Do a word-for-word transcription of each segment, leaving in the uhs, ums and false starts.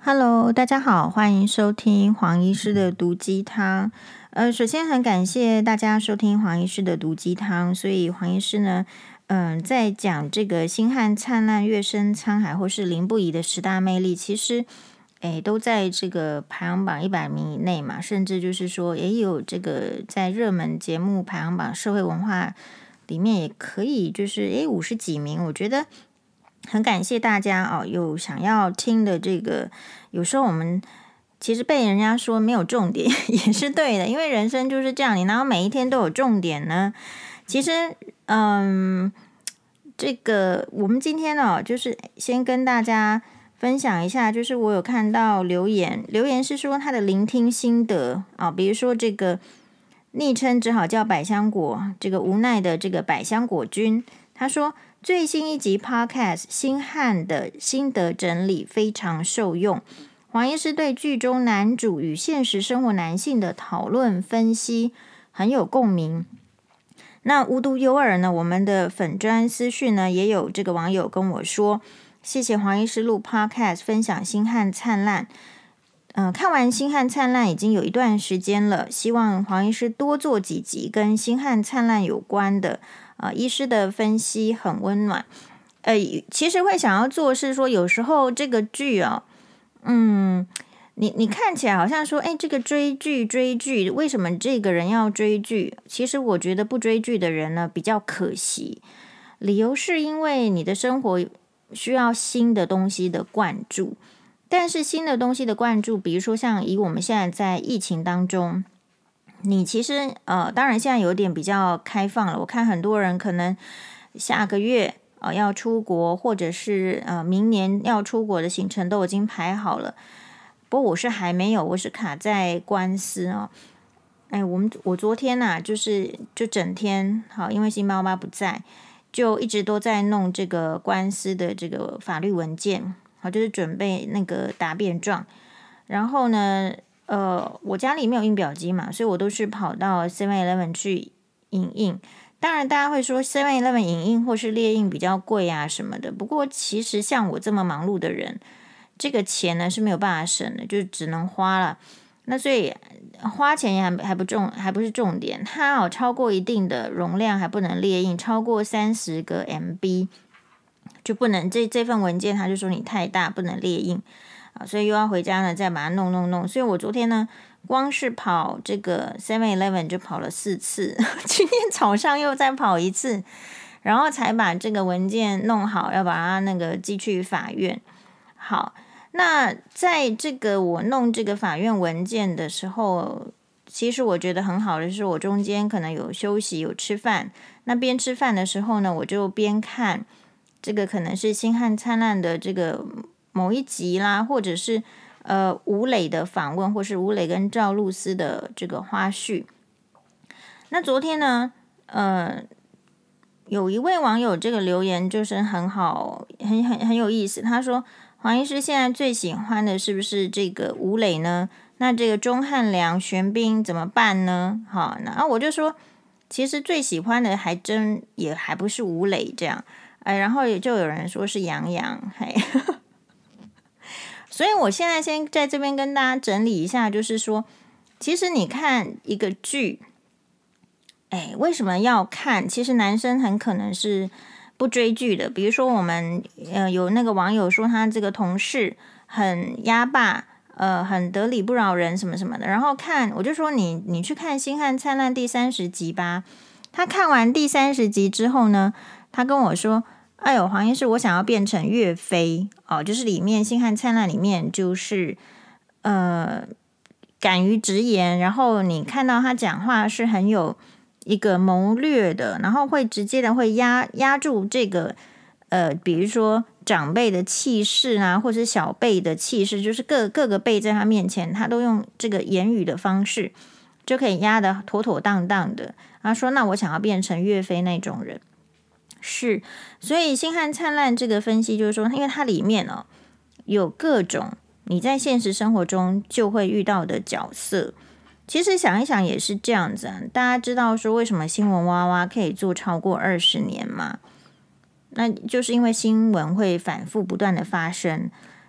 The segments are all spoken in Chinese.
Hello，大家好，欢迎收听黄医师的毒鸡汤。呃，首先很感谢大家收听黄医师的毒鸡汤。所以黄医师呢，嗯、呃，在讲这个星汉灿烂、月升沧海或是林不疑的十大魅力，其实，诶，都在这个排行榜一百名以内嘛，甚至就是说，也有这个在热门节目排行榜、社会文化里面也可以，就是诶五十几名，我觉得。很感谢大家哦，有想要听的这个，有时候我们其实被人家说没有重点也是对的，因为人生就是这样，你哪有每一天都有重点呢？其实，嗯，这个我们今天呢、哦，就是先跟大家分享一下，就是我有看到留言，留言是说他的聆听心得啊、哦，比如说这个昵称只好叫百香果，这个无奈的这个百香果君，他说。最新一集 Podcast 星汉的心得整理非常受用，黄医师对剧中男主与现实生活男性的讨论分析很有共鸣。那无独有偶呢，我们的粉专私讯呢也有这个网友跟我说，谢谢黄医师录 Podcast 分享星汉灿烂。呃，看完星汉灿烂已经有一段时间了，希望黄医师多做几集跟星汉灿烂有关的。啊、呃，医师的分析很温暖。呃，其实会想要做是说，有时候这个剧哦，嗯，你你看起来好像说，哎，这个追剧追剧，为什么这个人要追剧？其实我觉得不追剧的人呢比较可惜，理由是因为你的生活需要新的东西的灌注，但是新的东西的灌注，比如说像以我们现在在疫情当中。你其实呃，当然现在有点比较开放了。我看很多人可能下个月呃要出国，或者是呃明年要出国的行程都已经排好了。不过我是还没有，我是卡在官司哦。哎，我们我昨天呐、啊，就是就整天好，因为新妈妈不在，就一直都在弄这个官司的这个法律文件，好，就是准备那个答辩状，然后呢。呃，我家里没有印表机嘛，所以我都是跑到 seven eleven 去影印。当然，大家会说 seven eleven 影印或是列印比较贵啊什么的。不过，其实像我这么忙碌的人，这个钱呢是没有办法省的，就只能花了。那所以花钱也还还不重，还不是重点。它哦超过一定的容量还不能列印，超过三十个 M B 就不能这这份文件，他就说你太大不能列印。啊，所以又要回家呢，再把它弄弄弄。所以我昨天呢，光是跑这个 seven eleven 就跑了四次，今天早上又再跑一次，然后才把这个文件弄好，要把它那个寄去法院。好，那在这个我弄这个法院文件的时候，其实我觉得很好的是，我中间可能有休息，有吃饭。那边吃饭的时候呢，我就边看这个可能是星汉灿烂的这个。某一集啦，或者是呃吴磊的访问，或是吴磊跟赵露思的这个花絮。那昨天呢，呃，有一位网友这个留言就是很好，很很很有意思。他说：“黄医师现在最喜欢的是不是这个吴磊呢？那这个钟汉良、玄彬怎么办呢？”好，然后我就说，其实最喜欢的还真也还不是吴磊这样，哎，然后也就有人说是杨洋，嘿。所以我现在先在这边跟大家整理一下，就是说，其实你看一个剧，哎，为什么要看？其实男生很可能是不追剧的。比如说，我们呃有那个网友说他这个同事很压霸，呃，很得理不饶人什么什么的。然后看，我就说你你去看《星汉灿烂》第三十集吧。他看完第三十集之后呢，他跟我说。哎呦，黄医师，我想要变成岳飞哦，就是里面《星汉灿烂》里面就是呃敢于直言，然后你看到他讲话是很有一个谋略的，然后会直接的会压压住这个呃，比如说长辈的气势啊，或者是小辈的气势，就是各各个辈在他面前，他都用这个言语的方式就可以压得妥妥当当的。他说：“那我想要变成岳飞那种人。”是，所以《星汉灿烂》这个分析就是说，因为它里面哦有各种你在现实生活中就会遇到的角色。其实想一想也是这样子啊。大家知道说为什么新闻娃娃可以做超过二十年吗？那就是因为新闻会反复不断的发生，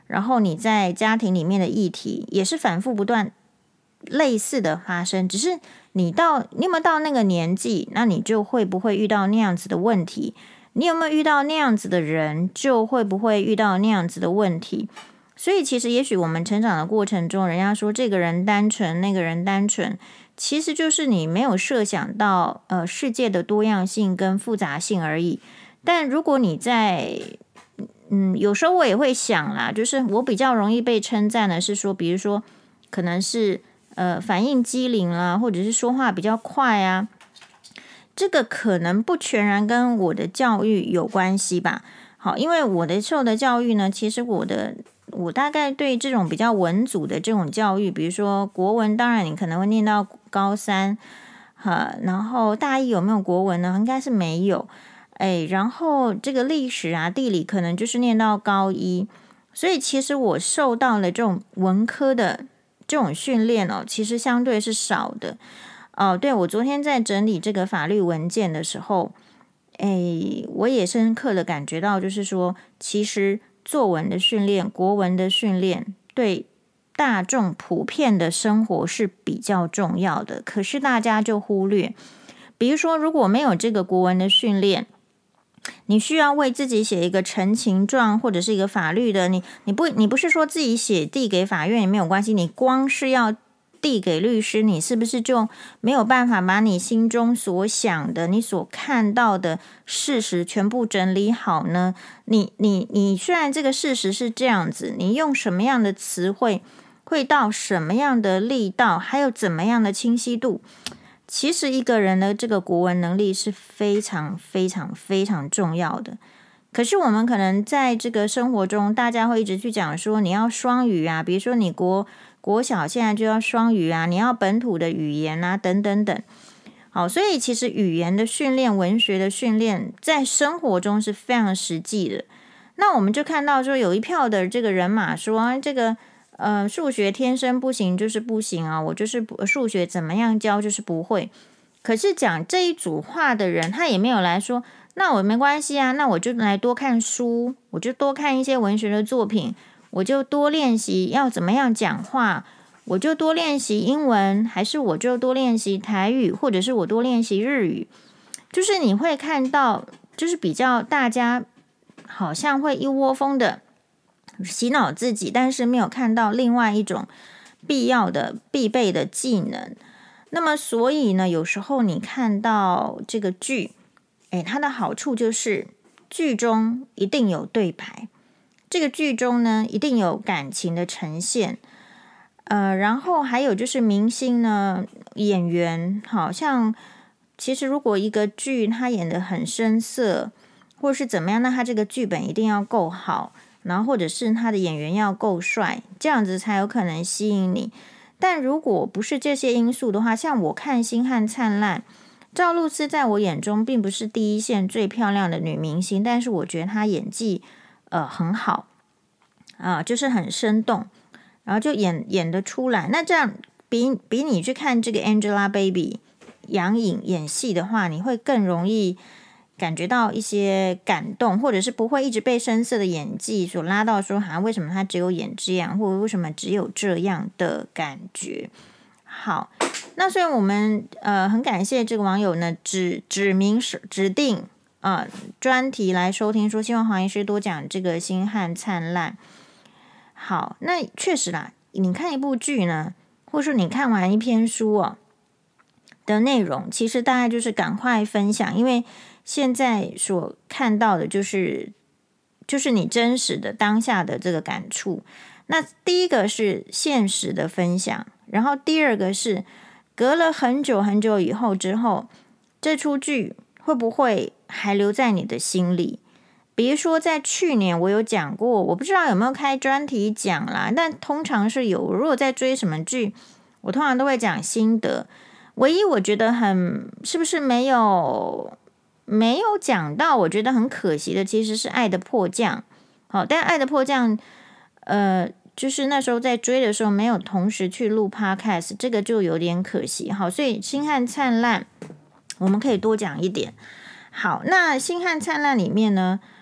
然后你在家庭里面的议题也是反复不断类似的发生，只是你到你有没有到那个年纪，那你就会不会遇到那样子的问题，你有没有遇到那样子的人，就会不会遇到那样子的问题。所以其实也许我们成长的过程中，人家说这个人单纯，那个人单纯，其实就是你没有设想到呃世界的多样性跟复杂性而已。但如果你在嗯，有时候我也会想啦，就是我比较容易被称赞的是说，比如说可能是呃反应机灵啦，或者是说话比较快啊，这个可能不全然跟我的教育有关系吧。好，因为我的受的教育呢，其实我的我大概对这种比较文组的这种教育，比如说国文，当然你可能会念到高三，哈，然后大一有没有国文呢？应该是没有。哎，然后这个历史啊、地理可能就是念到高一，所以其实我受到了这种文科的这种训练哦，其实相对是少的。哦，对，我昨天在整理这个法律文件的时候，哎，我也深刻的感觉到，就是说，其实作文的训练、国文的训练，对大众普遍的生活是比较重要的，可是大家就忽略。比如说，如果没有这个国文的训练，你需要为自己写一个陈情状或者是一个法律的，你你不你不是说自己写递给法院也没有关系，你光是要递给律师，你是不是就没有办法把你心中所想的、你所看到的事实全部整理好呢？你你你虽然这个事实是这样子，你用什么样的词汇，会到什么样的力道，还有怎么样的清晰度？其实一个人的这个国文能力是非常非常非常重要的。可是我们可能在这个生活中，大家会一直去讲说你要双语啊，比如说你国国小现在就要双语啊，你要本土的语言啊，等等等。好，所以其实语言的训练、文学的训练，在生活中是非常实际的。那我们就看到说，有一票的这个人马说啊，这个。呃，数学天生不行就是不行啊，我就是不数学怎么样教就是不会。可是讲这一组话的人，他也没有来说，那我没关系啊，那我就来多看书，我就多看一些文学的作品，我就多练习要怎么样讲话，我就多练习英文，还是我就多练习台语，或者是我多练习日语。就是你会看到，就是比较大家好像会一窝蜂的洗脑自己，但是没有看到另外一种必要的必备的技能。那么所以呢，有时候你看到这个剧，诶，它的好处就是剧中一定有对白，这个剧中呢一定有感情的呈现，呃，然后还有就是明星呢，演员好像其实如果一个剧他演得很生涩，或是怎么样，那他这个剧本一定要够好。然后或者是他的演员要够帅，这样子才有可能吸引你。但如果不是这些因素的话，像我看《星汉灿烂》，赵露思在我眼中并不是第一线最漂亮的女明星，但是我觉得她演技呃很好啊、呃，就是很生动，然后就演演得出来。那这样比比你去看这个 Angelababy 杨颖演戏的话，你会更容易感觉到一些感动，或者是不会一直被深色的演技所拉到说，好像为什么他只有演这样，或者为什么只有这样的感觉。好，那所以我们呃很感谢这个网友呢，指指明指定啊、呃、专题来收听，说希望黄医师多讲这个《星汉灿烂》。好，那确实啦，你看一部剧呢，或者说你看完一篇书哦的内容，其实大概就是赶快分享，因为现在所看到的就是就是你真实的当下的这个感触。那第一个是现实的分享，然后第二个是隔了很久很久以后之后，这出剧会不会还留在你的心里？比如说在去年我有讲过，我不知道有没有开专题讲啦，但通常是有。如果在追什么剧，我通常都会讲心得。唯一我觉得很是不是没有没有讲到，我觉得很可惜的，其实是《爱的迫降》。好，但《爱的迫降》呃，就是那时候在追的时候没有同时去录 podcast， 这个就有点可惜。好，所以《星汉灿烂》我们可以多讲一点。好，那《星汉灿烂》里面呢，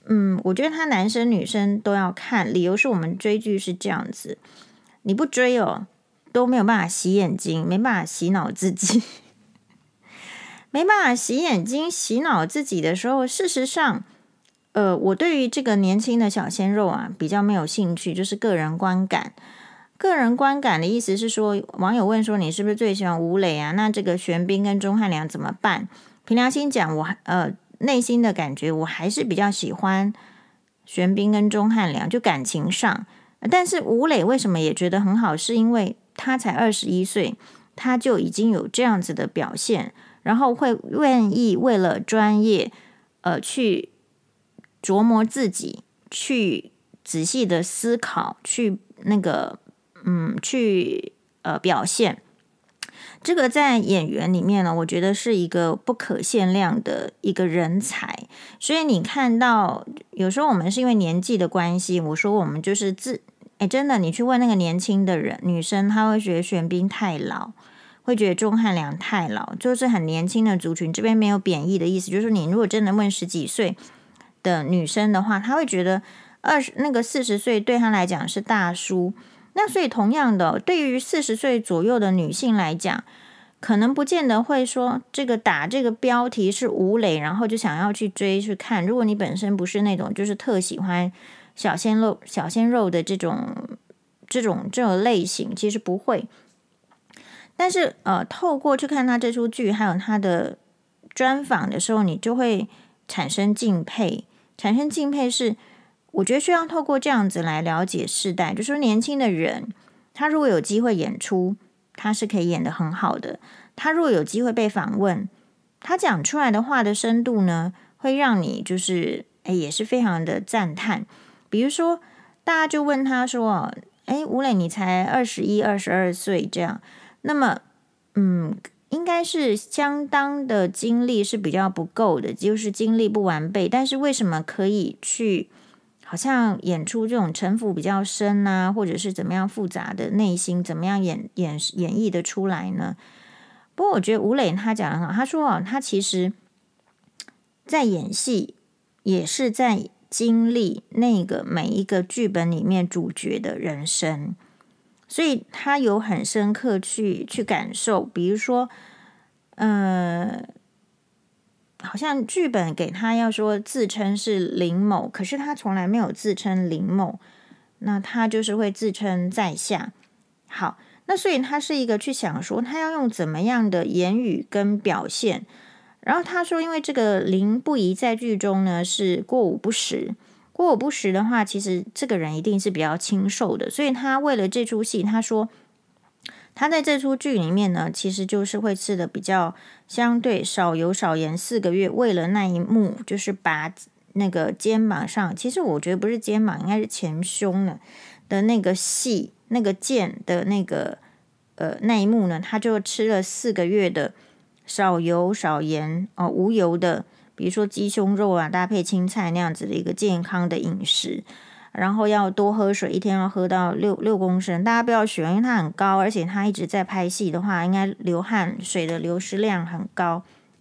嗯，我觉得他男生女生都要看，理由是我们追剧是这样子，你不追哦，都没有办法洗眼睛，没办法洗脑自己，没办法洗眼睛、洗脑自己的时候，事实上，呃，我对于这个年轻的小鲜肉啊，比较没有兴趣，就是个人观感。个人观感的意思是说，网友问说你是不是最喜欢吴磊啊？那这个玄彬跟钟汉良怎么办？凭良心讲，我呃内心的感觉，我还是比较喜欢玄彬跟钟汉良，就感情上。但是吴磊为什么也觉得很好？是因为他才二十一岁，他就已经有这样子的表现，然后会愿意为了专业，呃，去琢磨自己，去仔细的思考，去那个。嗯，去呃表现这个在演员里面呢，我觉得是一个不可限量的一个人才。所以你看到有时候我们是因为年纪的关系，我说我们就是自哎，真的，你去问那个年轻的人女生，她会觉得玄彬太老，会觉得钟汉良太老，就是很年轻的族群。这边没有贬义的意思，就是你如果真的问十几岁的女生的话，她会觉得二十那个四十岁对她来讲是大叔。那所以同样的，对于四十岁左右的女性来讲，可能不见得会说这个打这个标题是吴磊，然后就想要去追去看。如果你本身不是那种就是特喜欢小鲜肉、小鲜肉的这种这种这种类型，其实不会。但是呃，透过去看他这出剧，还有他的专访的时候，你就会产生敬佩，产生敬佩是。我觉得需要透过这样子来了解世代，就说年轻的人，他如果有机会演出，他是可以演得很好的。他如果有机会被访问，他讲出来的话的深度呢，会让你就是哎也是非常的赞叹。比如说，大家就问他说：“哎，吴磊，你才二十一、二十二岁这样，那么嗯，应该是相当的精力是比较不够的，就是精力不完备。但是为什么可以去？”好像演出这种城府比较深啊，或者是怎么样复杂的内心，怎么样演演演绎的出来呢？不过我觉得吴磊他讲得很好，他说哦，他其实在演戏也是在经历那个每一个剧本里面主角的人生，所以他有很深刻去去感受，比如说，呃。好像剧本给他要说自称是林某，可是他从来没有自称林某，那他就是会自称在下。好，那所以他是一个去想说他要用怎么样的言语跟表现。然后他说，因为这个林不疑在剧中呢是过午不食，过午不食的话，其实这个人一定是比较清瘦的，所以他为了这出戏，他说。他在这出剧里面呢，其实就是会吃的比较相对少油少盐四个月，为了那一幕，就是把那个肩膀上，其实我觉得不是肩膀，应该是前胸呢的那个细那个腱的那个呃那一幕呢，他就吃了四个月的少油少盐哦无油的，比如说鸡胸肉啊，搭配青菜那样子的一个健康的饮食。然后要多喝水，一天要喝到六六公升。大家不要学，因为它很高，而且它一直在拍戏的话，应该流汗，水的流失量很高。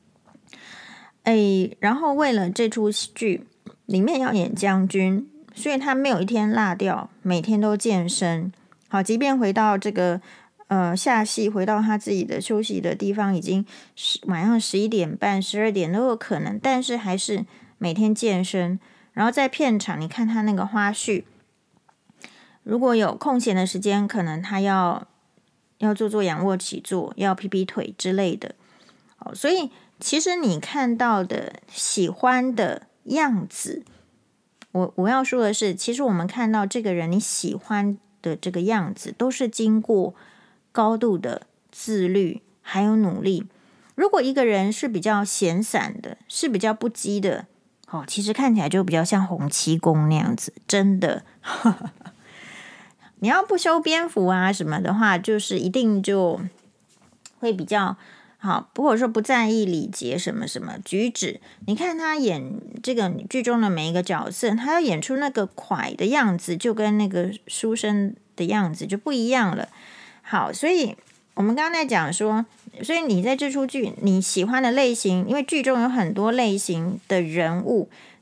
哎，然后为了这出剧里面要演将军，所以他没有一天落掉，每天都健身。好，即便回到这个呃下戏，回到他自己的休息的地方，已经晚上十一点半、十二点都有可能，但是还是每天健身。然后在片场，你看他那个花絮，如果有空闲的时间，可能他要要做做仰卧起坐，要劈劈腿之类的。哦，所以其实你看到的喜欢的样子，我我要说的是，其实我们看到这个人你喜欢的这个样子，都是经过高度的自律还有努力。如果一个人是比较闲散的，是比较不羁的。哦，其实看起来就比较像洪七公那样子，真的。你要不修边幅啊什么的话，就是一定就会比较好。如果说不在意礼节什么什么举止，你看他演这个剧中的每一个角色，他要演出那个快的样子，就跟那个书生的样子就不一样了。好，所以我们刚刚在讲说。所以你在这出剧你喜欢的类型，因为剧中有很多类型的人物，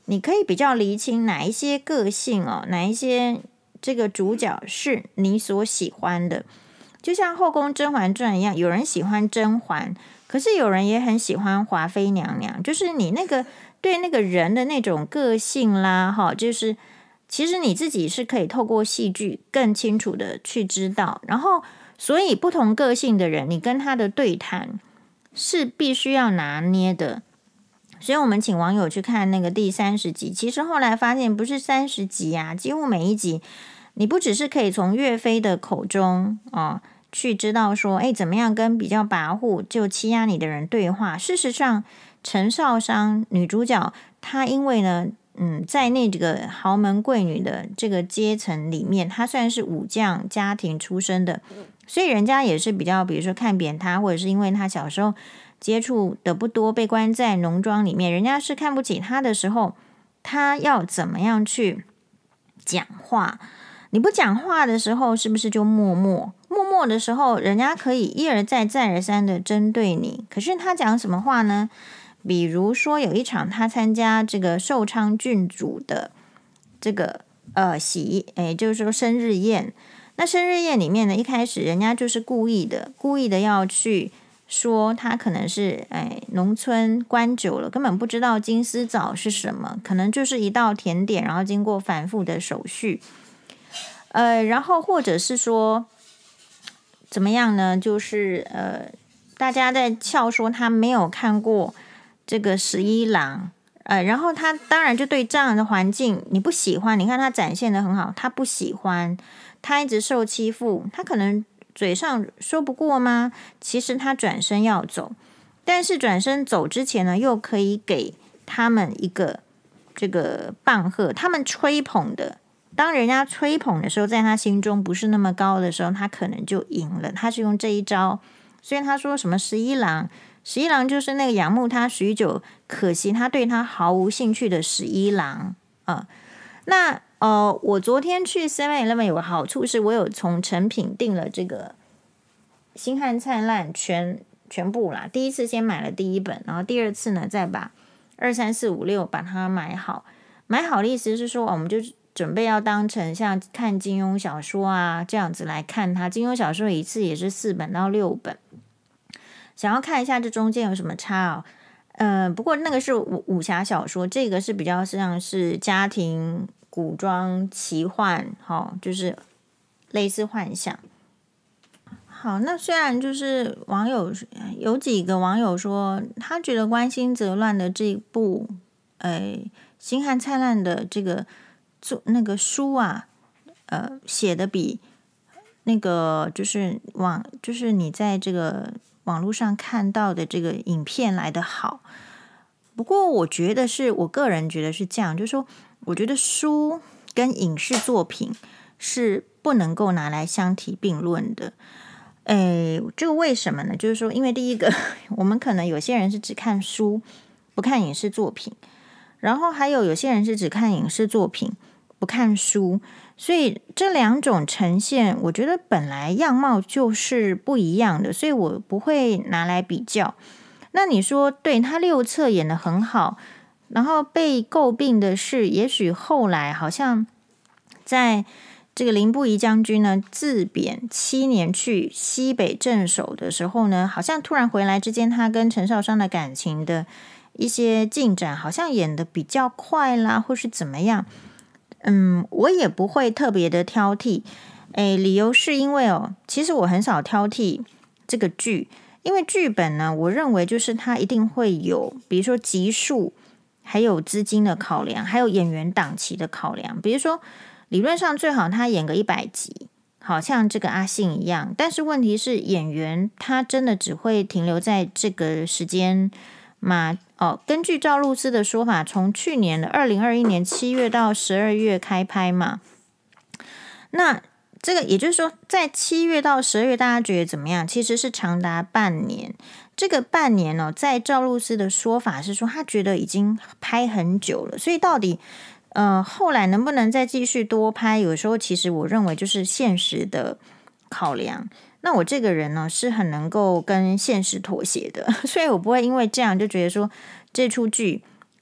你可以比较厘清哪一些个性哦，哪一些这个主角是你所喜欢的。就像后宫甄嬛传一样，有人喜欢甄嬛，可是有人也很喜欢华妃娘娘，就是你那个对那个人的那种个性啦，哈，就是其实你自己是可以透过戏剧更清楚的去知道，然后所以不同个性的人，你跟他的对谈是必须要拿捏的。所以我们请网友去看那个第三十集，其实后来发现不是三十集啊，几乎每一集你不只是可以从岳飞的口中哦去知道说，哎，怎么样跟比较跋扈就欺压你的人对话。事实上，陈少商女主角她因为呢，嗯，在那个豪门贵女的这个阶层里面，她算是武将家庭出身的，所以人家也是比较，比如说看扁她，或者是因为她小时候接触的不多，被关在农庄里面，人家是看不起她的时候，她要怎么样去讲话？你不讲话的时候，是不是就默默？默默的时候，人家可以一而再、再而三的针对你。可是他讲什么话呢？比如说有一场他参加这个寿昌郡主的这个呃喜，诶，就是说生日宴。那生日宴里面呢，一开始人家就是故意的，故意的要去说他可能是哎农村关久了，根本不知道金丝枣是什么，可能就是一道甜点，然后经过反复的手续。呃，然后或者是说怎么样呢？就是呃，大家在笑说他没有看过这个十一郎，呃，然后他当然就对这样的环境你不喜欢。你看他展现的很好，他不喜欢，他一直受欺负，他可能嘴上说不过吗？其实他转身要走，但是转身走之前呢，又可以给他们一个这个棒喝，他们吹捧的。当人家吹捧的时候，在他心中不是那么高的时候，他可能就赢了。他是用这一招，所以他说什么十一郎，十一郎就是那个仰慕他许久，可惜他对他毫无兴趣的十一郎啊、呃。那呃，我昨天去 seven eleven 有个好处是，我有从成品订了这个《星汉灿烂》全全部啦。第一次先买了第一本，然后第二次呢，再把二三四五六把它买好。买好的意思是说，我们就准备要当成像看金庸小说啊这样子来看它。金庸小说一次也是四本到六本，想要看一下这中间有什么差哦。嗯、呃，不过那个是武武侠小说，这个是比较像是家庭古装奇幻，哦，就是类似幻想。好，那虽然就是网友有几个网友说，他觉得关心则乱的这部，诶，星汉灿烂的这个。做那个书啊，呃，写的比那个就是网，就是你在这个网络上看到的这个影片来的好。不过我觉得是我个人觉得是这样，就是说，我觉得书跟影视作品是不能够拿来相提并论的。诶，这个为什么呢？就是说，因为第一个，我们可能有些人是只看书，不看影视作品，然后还有有些人是只看影视作品。不看书，所以这两种呈现，我觉得本来样貌就是不一样的，所以我不会拿来比较。那你说，对，他六册演得很好，然后被诟病的是，也许后来好像在这个林不疑将军呢自贬七年去西北镇守的时候呢，好像突然回来之间，他跟陈少商的感情的一些进展，好像演得比较快啦，或是怎么样。嗯，我也不会特别的挑剔，诶，理由是因为哦，其实我很少挑剔这个剧，因为剧本呢，我认为就是它一定会有，比如说集数，还有资金的考量，还有演员档期的考量。比如说，理论上最好他演个一百集，好像这个阿信一样，但是问题是演员他真的只会停留在这个时间嘛？哦，根据赵露思的说法，从去年的二零二一年七月到十二月开拍嘛，那这个也就是说，在七月到十二月，大家觉得怎么样？其实是长达半年。这个半年哦，在赵露思的说法是说，他觉得已经拍很久了，所以到底呃后来能不能再继续多拍？有时候其实我认为就是现实的考量。那我这个人呢，是很能够跟现实妥协的，所以我不会因为这样就觉得说这出剧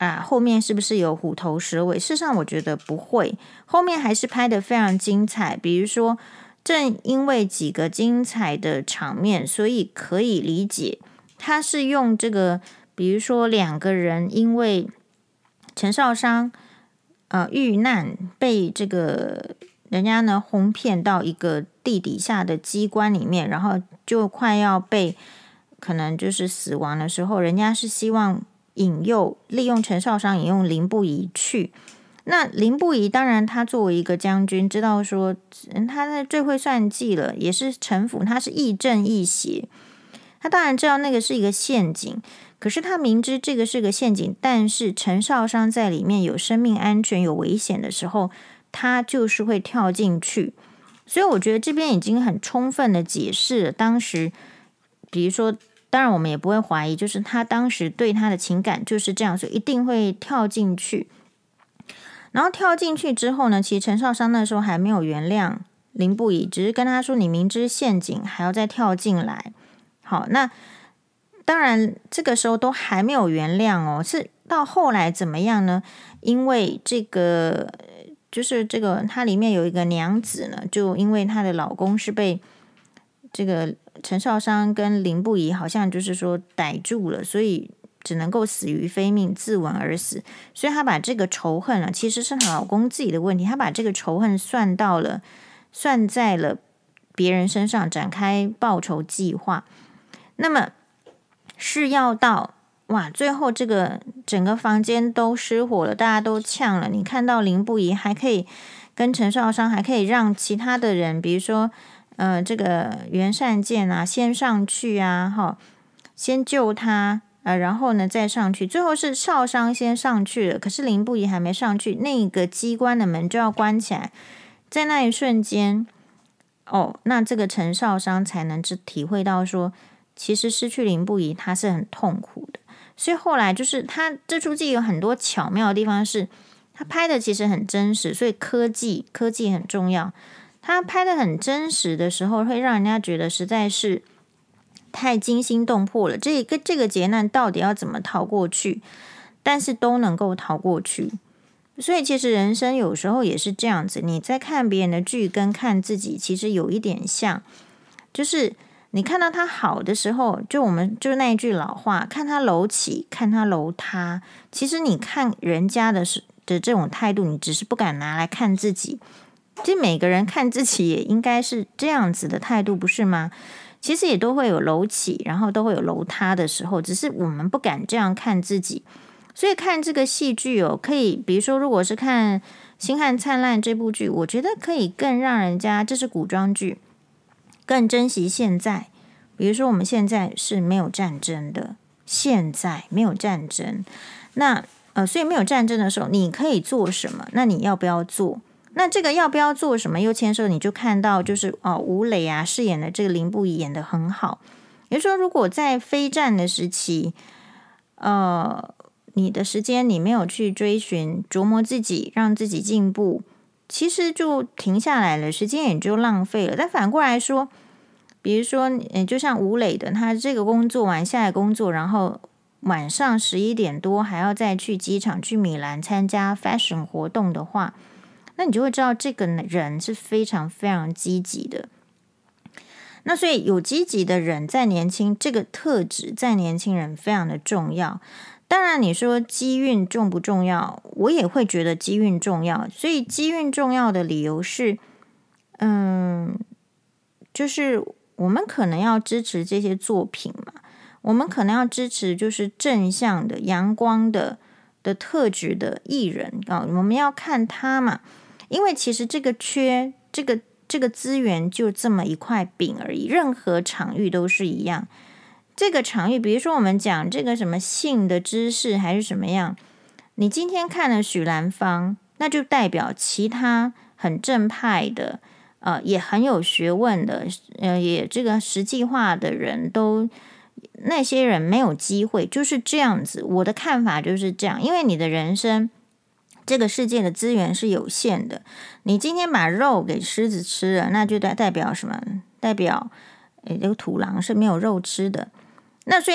啊，后面是不是有虎头蛇尾？事实上，我觉得不会，后面还是拍得非常精彩。比如说，正因为几个精彩的场面，所以可以理解他是用这个，比如说两个人因为陈少商呃遇难，被这个人家呢轰骗到一个地底下的机关里面，然后就快要被可能就是死亡的时候，人家是希望引诱利用陈少商引用林不疑去。那林不疑当然他作为一个将军，知道说他在最会算计了，也是城府，他是亦正亦邪，他当然知道那个是一个陷阱，可是他明知这个是个陷阱，但是陈少商在里面有生命安全有危险的时候，他就是会跳进去。所以我觉得这边已经很充分的解释了当时，比如说当然我们也不会怀疑，就是他当时对他的情感就是这样，所以一定会跳进去。然后跳进去之后呢，其实陈少商那时候还没有原谅林不疑，只是跟他说你明知陷阱还要再跳进来。好，那当然这个时候都还没有原谅哦，是到后来怎么样呢？因为这个就是这个它里面有一个娘子呢，就因为她的老公是被这个陈少商跟林不疑好像就是说逮住了，所以只能够死于非命，自刎而死。所以她把这个仇恨啊，其实是她老公自己的问题，她把这个仇恨算到了算在了别人身上，展开报仇计划。那么是要到哇，最后这个整个房间都失火了，大家都呛了。你看到林不疑还可以跟陈少商，还可以让其他的人，比如说呃，这个袁善见啊，先上去啊，哈，先救他，呃，然后呢再上去。最后是少商先上去了，可是林不疑还没上去，那个机关的门就要关起来。在那一瞬间，哦，那这个陈少商才能体会到说，其实失去林不疑他是很痛苦的。所以后来就是他这出戏有很多巧妙的地方，是他拍的其实很真实，所以科技科技很重要。他拍的很真实的时候，会让人家觉得实在是太惊心动魄了。这个这个劫难到底要怎么逃过去？但是都能够逃过去。所以其实人生有时候也是这样子，你在看别人的剧跟看自己其实有一点像，就是你看到他好的时候，就我们就是那一句老话，看他楼起，看他楼塌。其实你看人家的的这种态度，你只是不敢拿来看自己。其实每个人看自己也应该是这样子的态度，不是吗？其实也都会有楼起，然后都会有楼塌的时候，只是我们不敢这样看自己。所以看这个戏剧哦，可以比如说如果是看《星汉灿烂》这部剧，我觉得可以更让人家，这是古装剧，更珍惜现在。比如说我们现在是没有战争的，现在没有战争，那呃，所以没有战争的时候，你可以做什么？那你要不要做？那这个要不要做什么？又牵涉你就看到就是哦，吴磊啊饰演的这个林不疑演得很好。也就是说，如果在非战的时期，呃。你的时间你没有去追寻琢磨自己，让自己进步，其实就停下来了，时间也就浪费了。但反过来说，比如说就像吴磊的，他这个工作完下来工作，然后晚上十一点多还要再去机场去米兰参加 fashion 活动的话，那你就会知道这个人是非常非常积极的。那所以有积极的人在年轻，这个特质在年轻人非常的重要。当然你说机运重不重要，我也会觉得机运重要。所以机运重要的理由是嗯，就是我们可能要支持这些作品嘛，我们可能要支持就是正向的阳光的的特质的艺人啊，我们要看他嘛。因为其实这个缺这个这个资源就这么一块饼而已，任何场域都是一样。这个场域，比如说我们讲这个什么性的知识还是什么样，你今天看了许兰芳，那就代表其他很正派的，呃，也很有学问的，呃，也这个实际化的人都，那些人没有机会，就是这样子。我的看法就是这样，因为你的人生，这个世界的资源是有限的。你今天把肉给狮子吃了，那就代代表什么？代表诶，这个土狼是没有肉吃的。那所以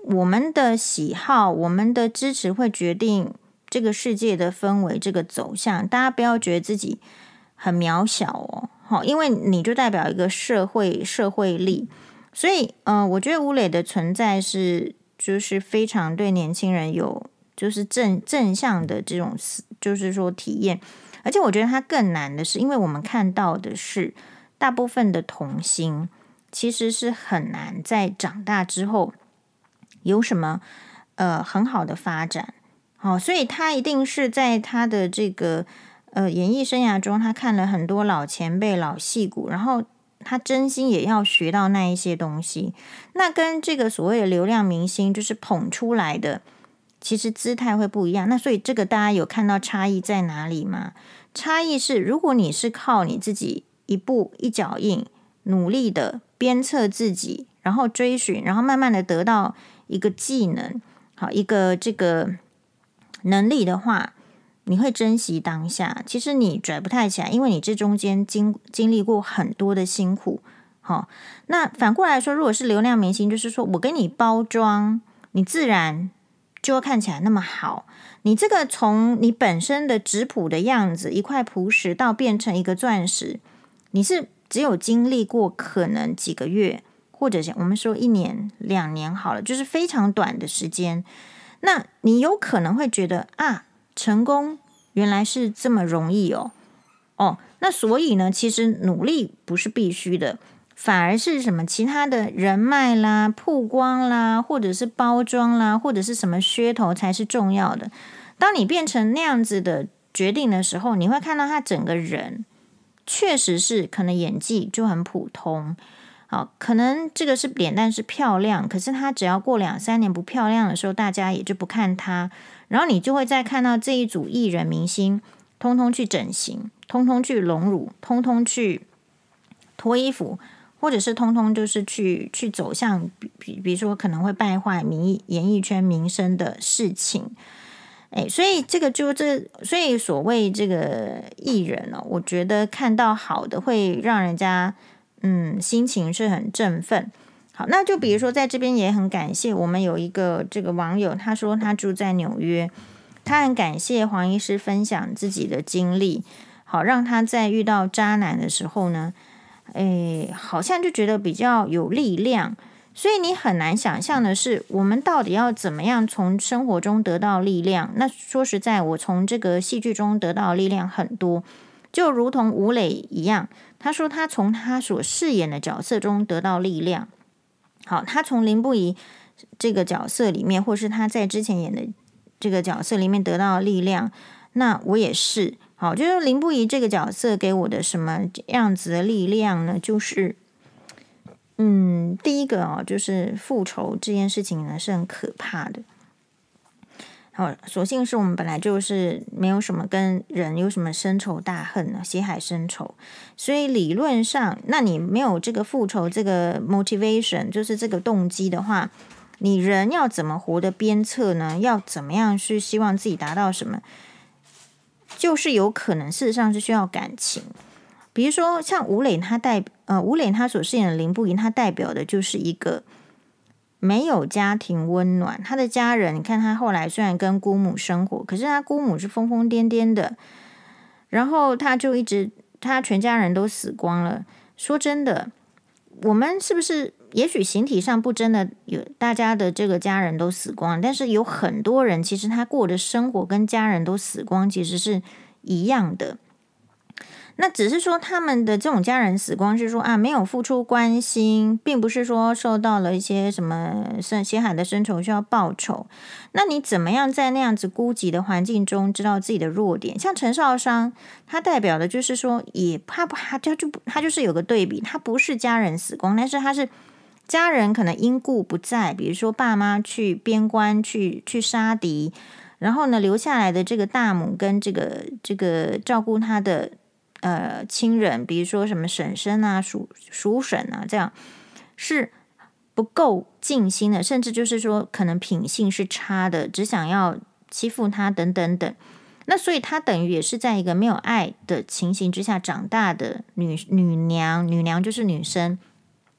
我们的喜好，我们的支持会决定这个世界的氛围，这个走向。大家不要觉得自己很渺小哦，好，因为你就代表一个社会社会力。所以，呃，我觉得吴磊的存在是就是非常对年轻人有就是正正向的这种就是说体验。而且我觉得它更难的是，因为我们看到的是大部分的童星其实是很难在长大之后有什么呃很好的发展。好，所以他一定是在他的这个呃演艺生涯中，他看了很多老前辈、老戏骨，然后他真心也要学到那一些东西。那跟这个所谓的流量明星就是捧出来的，其实姿态会不一样。那所以这个大家有看到差异在哪里吗？差异是，如果你是靠你自己一步一脚印，努力的鞭策自己，然后追寻，然后慢慢的得到一个技能，好，一个这个能力的话，你会珍惜当下。其实你拽不太起来，因为你这中间经经历过很多的辛苦。好，那反过来说，如果是流量明星，就是说我给你包装，你自然就会看起来那么好。你这个从你本身的质朴的样子，一块朴石到变成一个钻石，你是只有经历过可能几个月，或者我们说一年、两年好了，就是非常短的时间。那你有可能会觉得啊，成功原来是这么容易哦，哦，那所以呢，其实努力不是必须的。反而是什么其他的人脉啦、曝光啦，或者是包装啦，或者是什么噱头才是重要的。当你变成那样子的决定的时候，你会看到他整个人确实是可能演技就很普通，好，可能这个是脸蛋是漂亮，可是他只要过两三年不漂亮的时候，大家也就不看他，然后你就会再看到这一组艺人明星通通去整形，通通去隆乳，通通去脱衣服，或者是通通就是去去走向比比如说可能会败坏民意演艺圈名声的事情。哎，所以这个就这，所以所谓这个艺人哦，我觉得看到好的会让人家嗯心情是很振奋。好，那就比如说在这边也很感谢我们有一个这个网友，他说他住在纽约，他很感谢黄医师分享自己的经历，好让他在遇到渣男的时候呢，诶，好像就觉得比较有力量。所以你很难想象的是，我们到底要怎么样从生活中得到力量？那说实在，我从这个戏剧中得到的力量很多，就如同吴磊一样，他说他从他所饰演的角色中得到力量。好，他从林不疑这个角色里面，或是他在之前演的这个角色里面得到力量。那我也是，好，就是林不疑这个角色给我的什么样子的力量呢？就是。嗯，第一个哦，就是复仇这件事情呢是很可怕的。好，所幸是我们本来就是没有什么跟人有什么深仇大恨呢，血海深仇，所以理论上，那你没有这个复仇这个 motivation， 就是这个动机的话，你人要怎么活得鞭策呢？要怎么样去希望自己达到什么？就是有可能事实上是需要感情。比如说像吴磊他代呃吴磊他所饰演的林不疑，他代表的就是一个没有家庭温暖，他的家人你看他后来虽然跟姑母生活，可是他姑母是疯疯癫癫的，然后他就一直他全家人都死光了。说真的，我们是不是也许形体上不真的有大家的这个家人都死光，但是有很多人其实他过的生活跟家人都死光其实是一样的。那只是说他们的这种家人死光是说啊没有付出关心，并不是说受到了一些什么血海的深仇需要报仇。那你怎么样在那样子孤寂的环境中知道自己的弱点？像陈少商，他代表的就是说也他不他就他就是有个对比，他不是家人死光，但是他是家人可能因故不在，比如说爸妈去边关去去杀敌，然后呢留下来的这个大母跟这个这个照顾他的。呃，亲人，比如说什么婶婶啊、叔叔婶啊，这样是不够尽心的，甚至就是说，可能品性是差的，只想要欺负他等等等。那所以他等于也是在一个没有爱的情形之下长大的女女娘，女娘就是女生。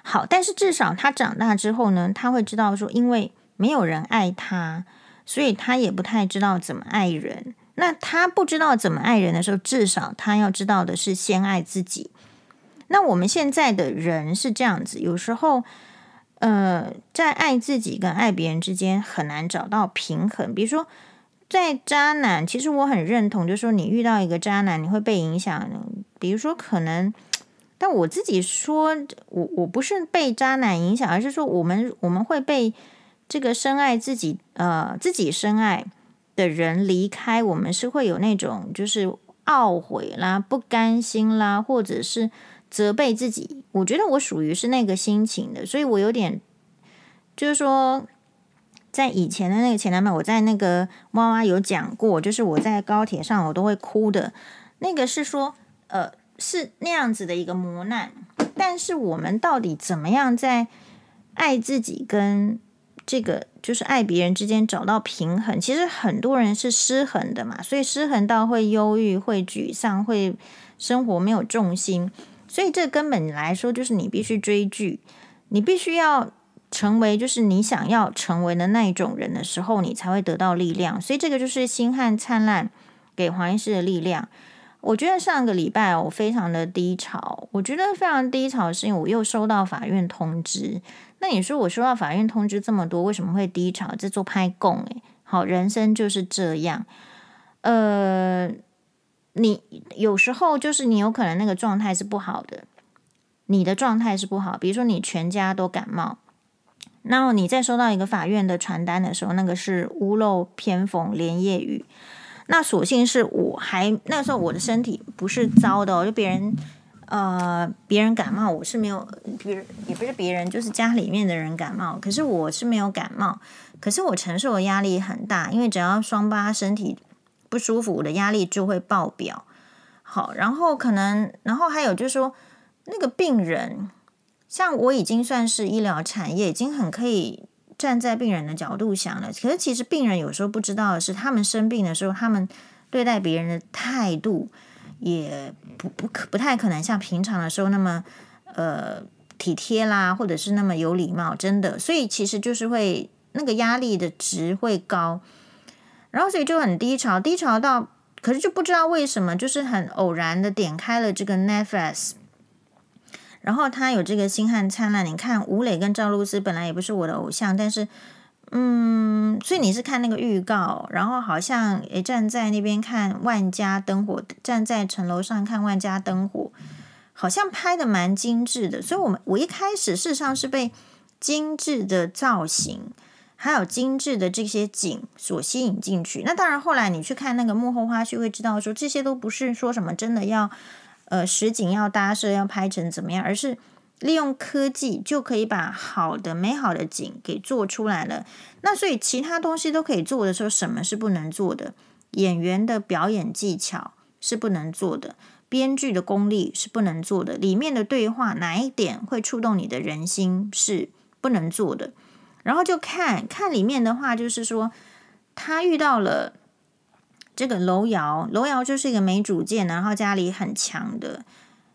好，但是至少他长大之后呢，他会知道说，因为没有人爱他，所以他也不太知道怎么爱人。那他不知道怎么爱人的时候，至少他要知道的是先爱自己。那我们现在的人是这样子，有时候呃，在爱自己跟爱别人之间很难找到平衡。比如说在渣男，其实我很认同，就是说你遇到一个渣男，你会被影响。比如说可能，但我自己说，我我不是被渣男影响，而是说我们我们会被这个深爱自己呃自己深爱的人离开，我们是会有那种就是懊悔啦、不甘心啦，或者是责备自己。我觉得我属于是那个心情的，所以我有点就是说。在以前的那个前男友，我在那个妈妈有讲过，就是我在高铁上我都会哭的。那个是说，呃，是那样子的一个磨难。但是我们到底怎么样在爱自己跟这个就是爱别人之间找到平衡？其实很多人是失衡的嘛，所以失衡到会忧郁、会沮丧、会生活没有重心。所以这根本来说，就是你必须追剧，你必须要。成为就是你想要成为的那一种人的时候，你才会得到力量。所以这个就是星汉灿烂给黄医师的力量。我觉得上个礼拜我非常的低潮，我觉得非常低潮是因为我又收到法院通知。那你说我收到法院通知这么多，为什么会低潮？这做拍供诶，好，人生就是这样。呃，你有时候就是你有可能那个状态是不好的，你的状态是不好，比如说你全家都感冒。然后你在收到一个法院的传单的时候，那个是屋漏偏逢连夜雨。那所幸是我还那时候我的身体不是糟的、哦，就别人呃别人感冒，我是没有，别人也不是别人，就是家里面的人感冒，可是我是没有感冒。可是我承受的压力很大，因为只要双八身体不舒服，我的压力就会爆表。好，然后可能，然后还有就是说那个病人。像我已经算是医疗产业，已经很可以站在病人的角度想了。可是其实病人有时候不知道的是，他们生病的时候，他们对待别人的态度也不不不太可能像平常的时候那么呃体贴啦，或者是那么有礼貌，真的。所以其实就是会那个压力的值会高，然后所以就很低潮，低潮到可是就不知道为什么，就是很偶然的点开了这个 Netflix。然后他有这个星汉灿烂，你看吴磊跟赵露思本来也不是我的偶像，但是嗯，所以你是看那个预告，然后好像也站在那边看万家灯火，站在城楼上看万家灯火，好像拍的蛮精致的。所以我们我一开始事实上是被精致的造型还有精致的这些景所吸引进去。那当然后来你去看那个幕后花絮会知道说，这些都不是说什么真的要呃，实景要搭设要拍成怎么样，而是利用科技就可以把好的美好的景给做出来了。那所以其他东西都可以做的时候，什么是不能做的？演员的表演技巧是不能做的，编剧的功力是不能做的，里面的对话哪一点会触动你的人心是不能做的。然后就看看里面的话，就是说他遇到了这个楼瑶，楼瑶就是一个没主见，然后家里很强的，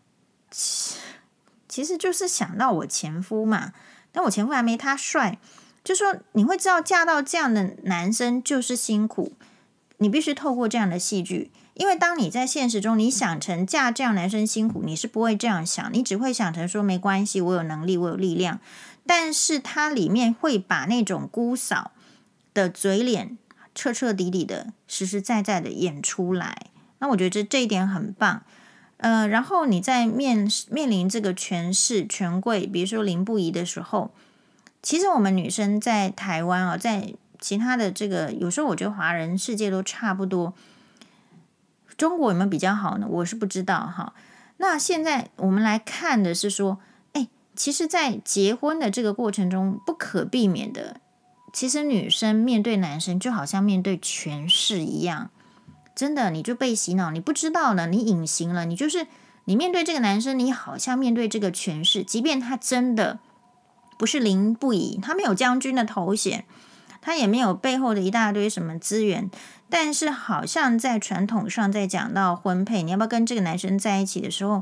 其实就是想到我前夫嘛，但我前夫还没他帅，就说你会知道嫁到这样的男生就是辛苦，你必须透过这样的戏剧，因为当你在现实中你想成嫁这样男生辛苦，你是不会这样想，你只会想成说没关系，我有能力，我有力量，但是它里面会把那种姑嫂的嘴脸彻彻底底的实实在在的演出来，那我觉得这这一点很棒。呃，然后你在面面临这个权势权贵，比如说林不疑的时候，其实我们女生在台湾啊，在其他的这个有时候我觉得华人世界都差不多，中国有没有比较好呢？我是不知道哈。那现在我们来看的是说，哎，其实在结婚的这个过程中不可避免的，其实女生面对男生就好像面对权势一样，真的你就被洗脑，你不知道了，你隐形了，你就是你面对这个男生，你好像面对这个权势，即便他真的不是林不疑，他没有将军的头衔，他也没有背后的一大堆什么资源，但是好像在传统上在讲到婚配，你要不要跟这个男生在一起的时候，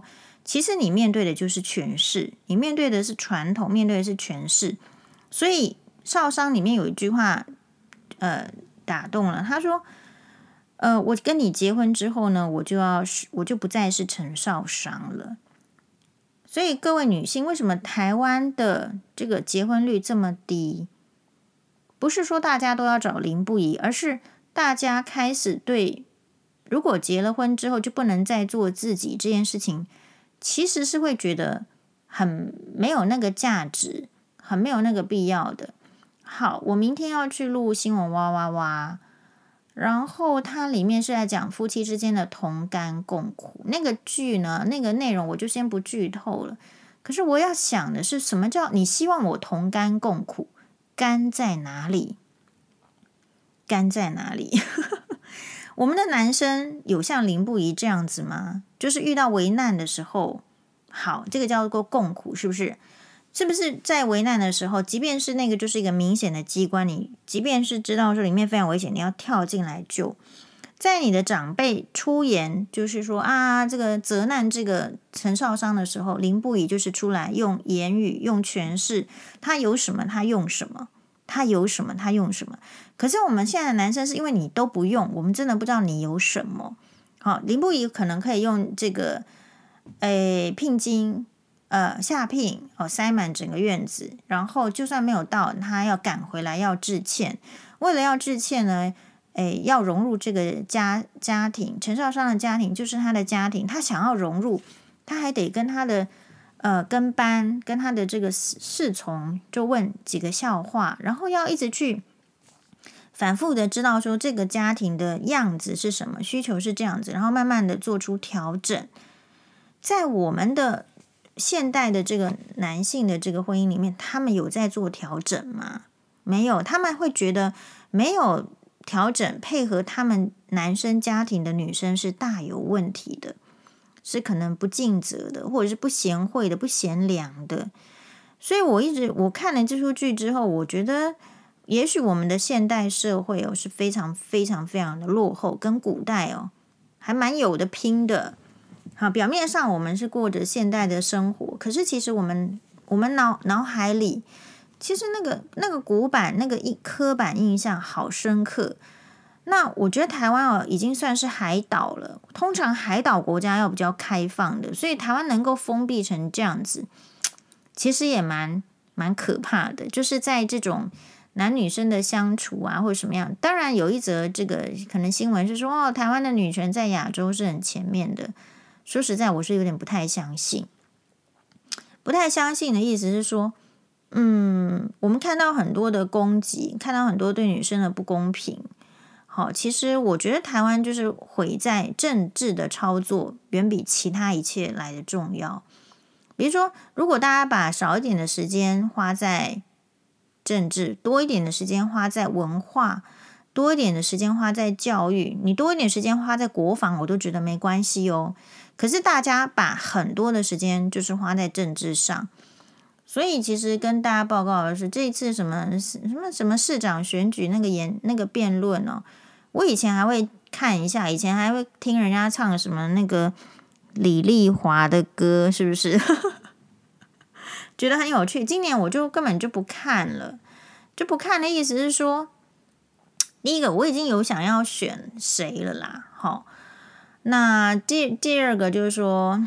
其实你面对的就是权势，你面对的是传统，面对的是权势。所以少商里面有一句话，呃，打动了。他说：“呃，我跟你结婚之后呢，我就要我就不再是陈少商了。”所以各位女性，为什么台湾的这个结婚率这么低？不是说大家都要找林不疑，而是大家开始对如果结了婚之后就不能再做自己这件事情，其实是会觉得很没有那个价值，很没有那个必要的。好，我明天要去录新闻哇哇哇，然后它里面是在讲夫妻之间的同甘共苦。那个剧呢，那个内容我就先不剧透了。可是我要想的是，什么叫你希望我同甘共苦？甘在哪里？甘在哪里？我们的男生有像林不疑这样子吗？就是遇到危难的时候，好，这个叫做共苦，是不是？是不是在危难的时候，即便是那个就是一个明显的机关，你即便是知道说里面非常危险，你要跳进来救。在你的长辈出言，就是说啊，这个责难这个陈少商的时候，林不疑就是出来用言语、用权势，他有什么他用什么，他有什么他用什么。可是我们现在的男生是因为你都不用，我们真的不知道你有什么。好，林不疑可能可以用这个，诶，聘金。呃，下聘哦，塞满整个院子，然后就算没有到，他要赶回来要致歉。为了要致歉呢，诶，要融入这个家家庭，陈少商的家庭就是他的家庭，他想要融入，他还得跟他的呃跟班，跟他的这个侍从就问几个笑话，然后要一直去反复的知道说这个家庭的样子是什么，需求是这样子，然后慢慢的做出调整。在我们的现代的这个男性的这个婚姻里面，他们有在做调整吗？没有，他们会觉得没有调整配合他们男生家庭的女生是大有问题的，是可能不尽责的，或者是不贤惠的、不贤良的。所以我一直我看了这出剧之后，我觉得也许我们的现代社会哦是非常非常非常的落后，跟古代哦还蛮有的拼的。好，表面上我们是过着现代的生活，可是其实我们我们脑脑海里，其实那个那个古板那个一刻板印象好深刻。那我觉得台湾哦已经算是海岛了，通常海岛国家要比较开放的，所以台湾能够封闭成这样子，其实也蛮蛮可怕的。就是在这种男女生的相处啊，或者什么样，当然有一则这个可能新闻是说哦，台湾的女权在亚洲是很前面的。说实在，我是有点不太相信。不太相信的意思是说，嗯，我们看到很多的攻击，看到很多对女生的不公平。好，其实我觉得台湾就是毁在政治的操作，远比其他一切来的重要。比如说，如果大家把少一点的时间花在政治，多一点的时间花在文化，多一点的时间花在教育，你多一点时间花在国防，我都觉得没关系哦。可是大家把很多的时间就是花在政治上，所以其实跟大家报告的是，这一次什么什么什么市长选举那个言那个辩论哦，我以前还会看一下，以前还会听人家唱什么那个李丽华的歌，是不是？觉得很有趣。今年我就根本就不看了，就不看的意思是说，第一个我已经有想要选谁了啦，好。那第第二个就是说，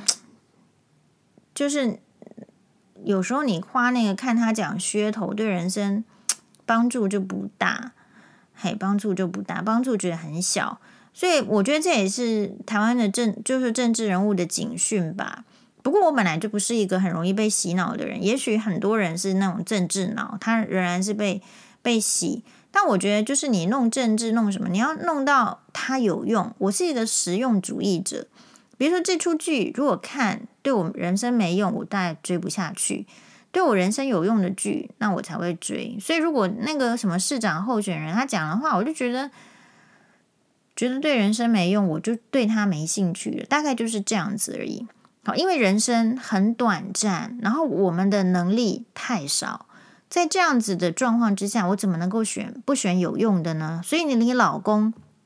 就是有时候你花那个看他讲噱头，对人生帮助就不大，嘿，帮助就不大，帮助觉得很小。所以我觉得这也是台湾的政，就是政治人物的警讯吧。不过我本来就不是一个很容易被洗脑的人，也许很多人是那种政治脑，他仍然是被被洗。但我觉得就是你弄政治弄什么，你要弄到它有用。我是一个实用主义者，比如说这出剧如果看对我人生没用，我大概追不下去。对我人生有用的剧，那我才会追。所以如果那个什么市长候选人他讲的话，我就觉得觉得对人生没用，我就对他没兴趣了，大概就是这样子而已。好，因为人生很短暂，然后我们的能力太少。在这样子的状况之下，我怎么能够选不选有用的呢？所以你你老公，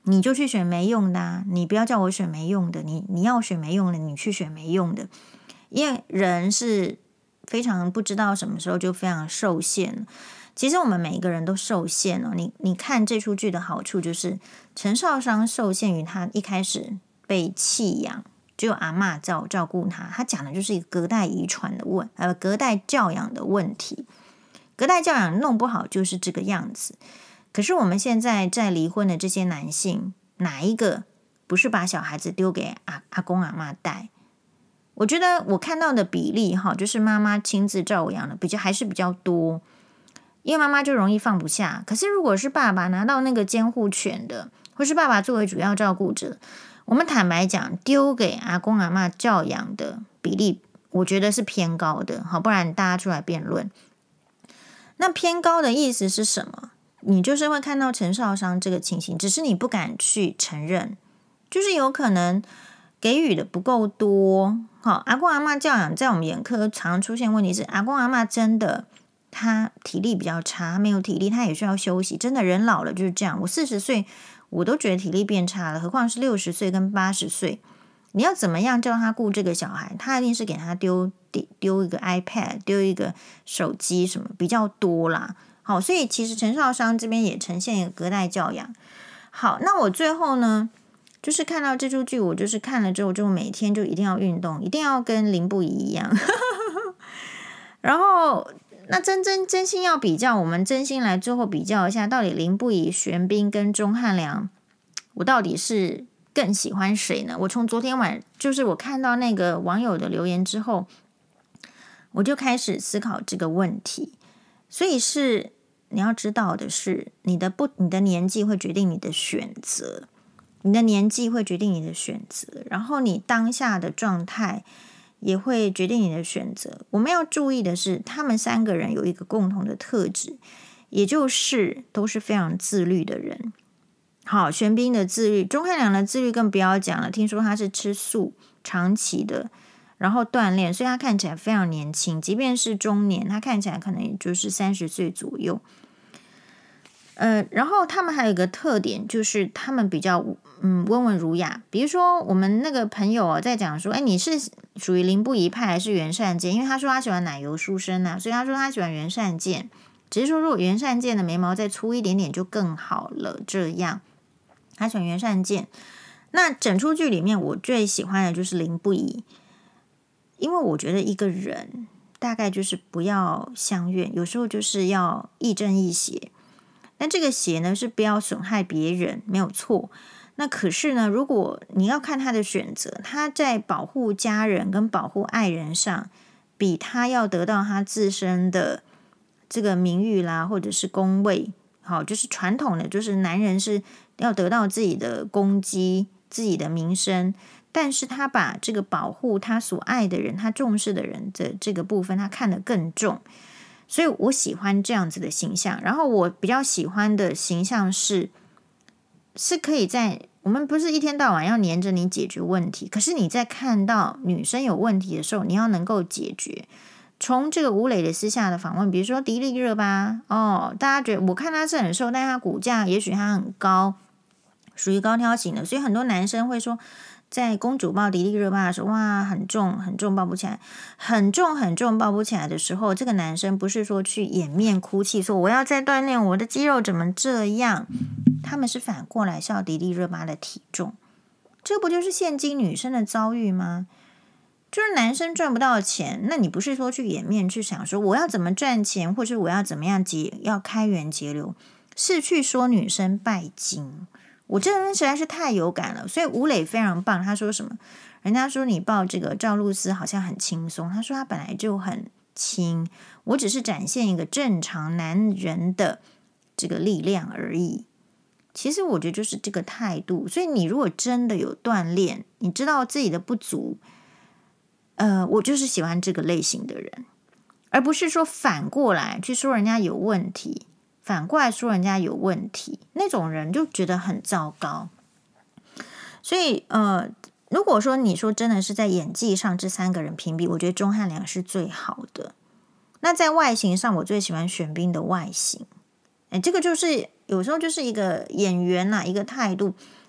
你就去选没用的啊，你不要叫我选没用的，你你要选没用的，你去选没用的。因为人是非常不知道什么时候就非常受限。其实我们每一个人都受限哦。你你看这出剧的好处就是陈少商受限于他一开始被弃养，只有阿嬷照照顾他，他讲的就是一个隔代遗传的问，呃，隔代教养的问题。隔代教养弄不好就是这个样子。可是我们现在在离婚的这些男性，哪一个不是把小孩子丢给阿阿公阿嬷带？我觉得我看到的比例哈，就是妈妈亲自照养的比较还是比较多，因为妈妈就容易放不下。可是如果是爸爸拿到那个监护权的，或是爸爸作为主要照顾者，我们坦白讲，丢给阿公阿嬷教养的比例，我觉得是偏高的。好，不然大家出来辩论。那偏高的意思是什么？你就是会看到陈少商这个情形，只是你不敢去承认，就是有可能给予的不够多。好，阿公阿嬷教养在我们眼科常出现问题是，阿公阿嬷真的他体力比较差，他没有体力，他也需要休息。真的人老了就是这样。我四十岁我都觉得体力变差了，何况是六十岁跟八十岁，你要怎么样叫他顾这个小孩？他一定是给他丢丢一个 iPad， 丢一个手机什么比较多啦。好，所以其实陈少商这边也呈现一个隔代教养。好，那我最后呢，就是看到这出剧，我就是看了之后，就每天就一定要运动，一定要跟林不疑一样。然后，那真真真心要比较，我们真心来最后比较一下，到底林不疑、玄彬跟钟汉良，我到底是更喜欢谁呢？我从昨天晚，就是我看到那个网友的留言之后，我就开始思考这个问题。所以是你要知道的是，你的不，你的年纪会决定你的选择，你的年纪会决定你的选择，然后你当下的状态也会决定你的选择。我们要注意的是，他们三个人有一个共同的特质，也就是都是非常自律的人。好，玄彬的自律，钟汉良的自律更不要讲了，听说他是吃素长期的，然后锻炼，所以他看起来非常年轻，即便是中年，他看起来可能也就是三十岁左右。呃，然后他们还有一个特点，就是他们比较嗯温文儒雅。比如说我们那个朋友哦，在讲说，哎，你是属于林不疑派还是袁善健？因为他说他喜欢奶油书生啊，所以他说他喜欢袁善健。只是说如果袁善健的眉毛再粗一点点就更好了，这样他喜欢袁善健。那整出剧里面，我最喜欢的就是林不疑。因为我觉得一个人大概就是不要相怨，有时候就是要亦正亦邪。那这个邪呢，是不要损害别人，没有错。那可是呢，如果你要看他的选择，他在保护家人跟保护爱人上，比他要得到他自身的这个名誉啦，或者是功位，好，就是传统的，就是男人是要得到自己的功绩、自己的名声。但是他把这个保护他所爱的人，他重视的人的这个部分，他看得更重，所以我喜欢这样子的形象。然后我比较喜欢的形象是，是可以在我们不是一天到晚要黏着你解决问题，可是你在看到女生有问题的时候，你要能够解决。从这个吴磊的私下的访问，比如说迪丽热巴，哦，大家觉得我看他是很瘦，但他骨架也许他很高，属于高挑型的，所以很多男生会说，在公主抱迪丽热巴的时候，哇，很重很重，抱不起来，很重很重，抱不起来的时候，这个男生不是说去掩面哭泣，说我要再锻炼，我的肌肉怎么这样？他们是反过来笑迪丽热巴的体重，这不就是现今女生的遭遇吗？就是男生赚不到钱，那你不是说去掩面去想说我要怎么赚钱，或者我要怎么样节要开源节流，是去说女生拜金。我这人实在是太有感了，所以吴磊非常棒。他说什么？人家说你抱这个赵露思好像很轻松，他说他本来就很轻，我只是展现一个正常男人的这个力量而已。其实我觉得就是这个态度。所以你如果真的有锻炼，你知道自己的不足，呃，我就是喜欢这个类型的人，而不是说反过来去说人家有问题。反过来说人家有问题，那种人就觉得很糟糕。所以呃，如果说你说真的是在演技上这三个人评比，我觉得钟汉良是最好的。那在外形上，我最喜欢玄彬的外形。哎，这个就是有时候就是一个演员啦、啊，一个态度。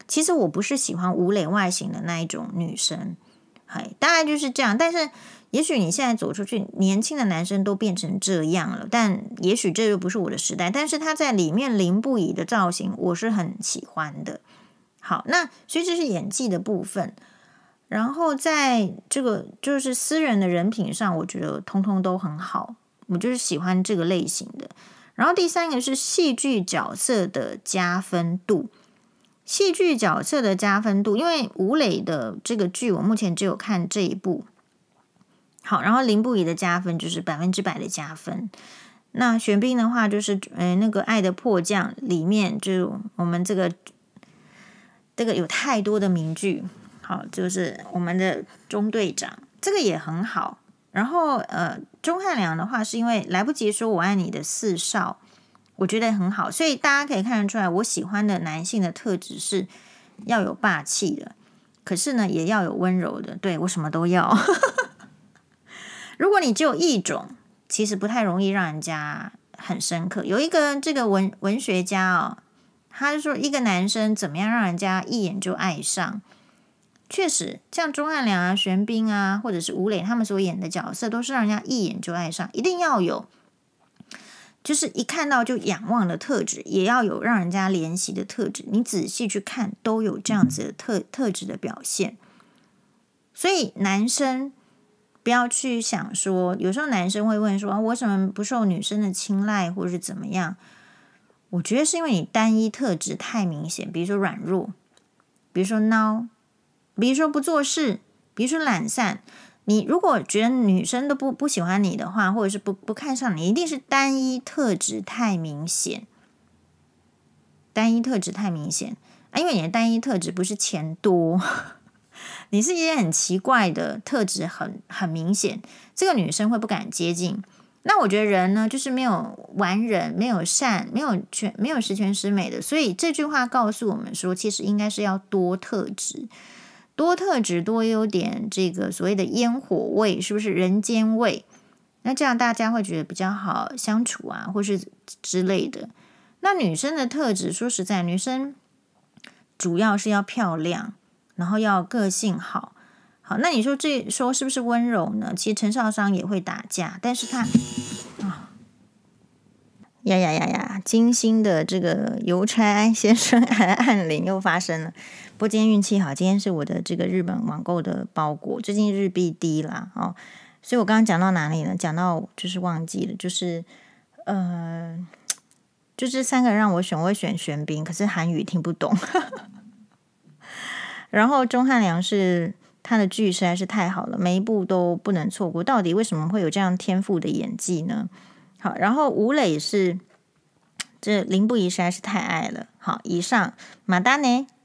其实我不是喜欢吴磊外形的那一种女生，嘿，大概就是这样。但是也许你现在走出去，年轻的男生都变成这样了，但也许这又不是我的时代。但是他在里面林不疑的造型，我是很喜欢的。好，那所以这是演技的部分。然后在这个就是私人的人品上，我觉得通通都很好，我就是喜欢这个类型的。然后第三个是戏剧角色的加分度，戏剧角色的加分度，因为吴磊的这个剧我目前只有看这一部。好，然后林不疑的加分就是百分之百的加分。那玄彬的话就是呃那个《爱的迫降》里面就我们这个这个有太多的名句。好，就是我们的中队长，这个也很好。然后呃，钟汉良的话是因为来不及说我爱你的四少，我觉得很好，所以大家可以看得出来，我喜欢的男性的特质是要有霸气的，可是呢也要有温柔的，对，我什么都要。如果你只有一种，其实不太容易让人家很深刻。有一个这个文文学家哦，他就说一个男生怎么样让人家一眼就爱上。确实，像钟汉良啊、玄彬啊，或者是吴磊他们所演的角色，都是让人家一眼就爱上。一定要有，就是一看到就仰望的特质，也要有让人家怜惜的特质。你仔细去看，都有这样子的特特质的表现。所以男生不要去想说，有时候男生会问说，啊，我为什么不受女生的青睐，或者是怎么样？我觉得是因为你单一特质太明显，比如说软弱，比如说孬。比如说不做事，比如说懒散，你如果觉得女生都不不喜欢你的话，或者是不不看上你，一定是单一特质太明显，单一特质太明显啊！因为你的单一特质不是钱多，你是一些很奇怪的特质很很明显，这个女生会不敢接近。那我觉得人呢，就是没有完人，没有善，没有全，没有十全十美的，所以这句话告诉我们说，其实应该是要多特质。多特质多优点，这个所谓的烟火味是不是人间味？那这样大家会觉得比较好相处啊，或是之类的。那女生的特质，说实在，女生主要是要漂亮，然后要个性好。好，那你说这说是不是温柔呢？其实陈少商也会打架，但是他啊，呀呀呀呀，金星的这个邮差先生按铃又发生了。不过今天运气好，今天是我的这个日本网购的包裹，最近日币低啦，哦，所以我刚刚讲到哪里呢？讲到就是忘记了，就是呃，就这三个让我选，我会选玄彬，可是韩语听不懂。然后钟汉良是他的剧实在是太好了，每一部都不能错过。到底为什么会有这样天赋的演技呢？好，然后吴磊是这林不疑实在是太爱了。好，以上马达呢？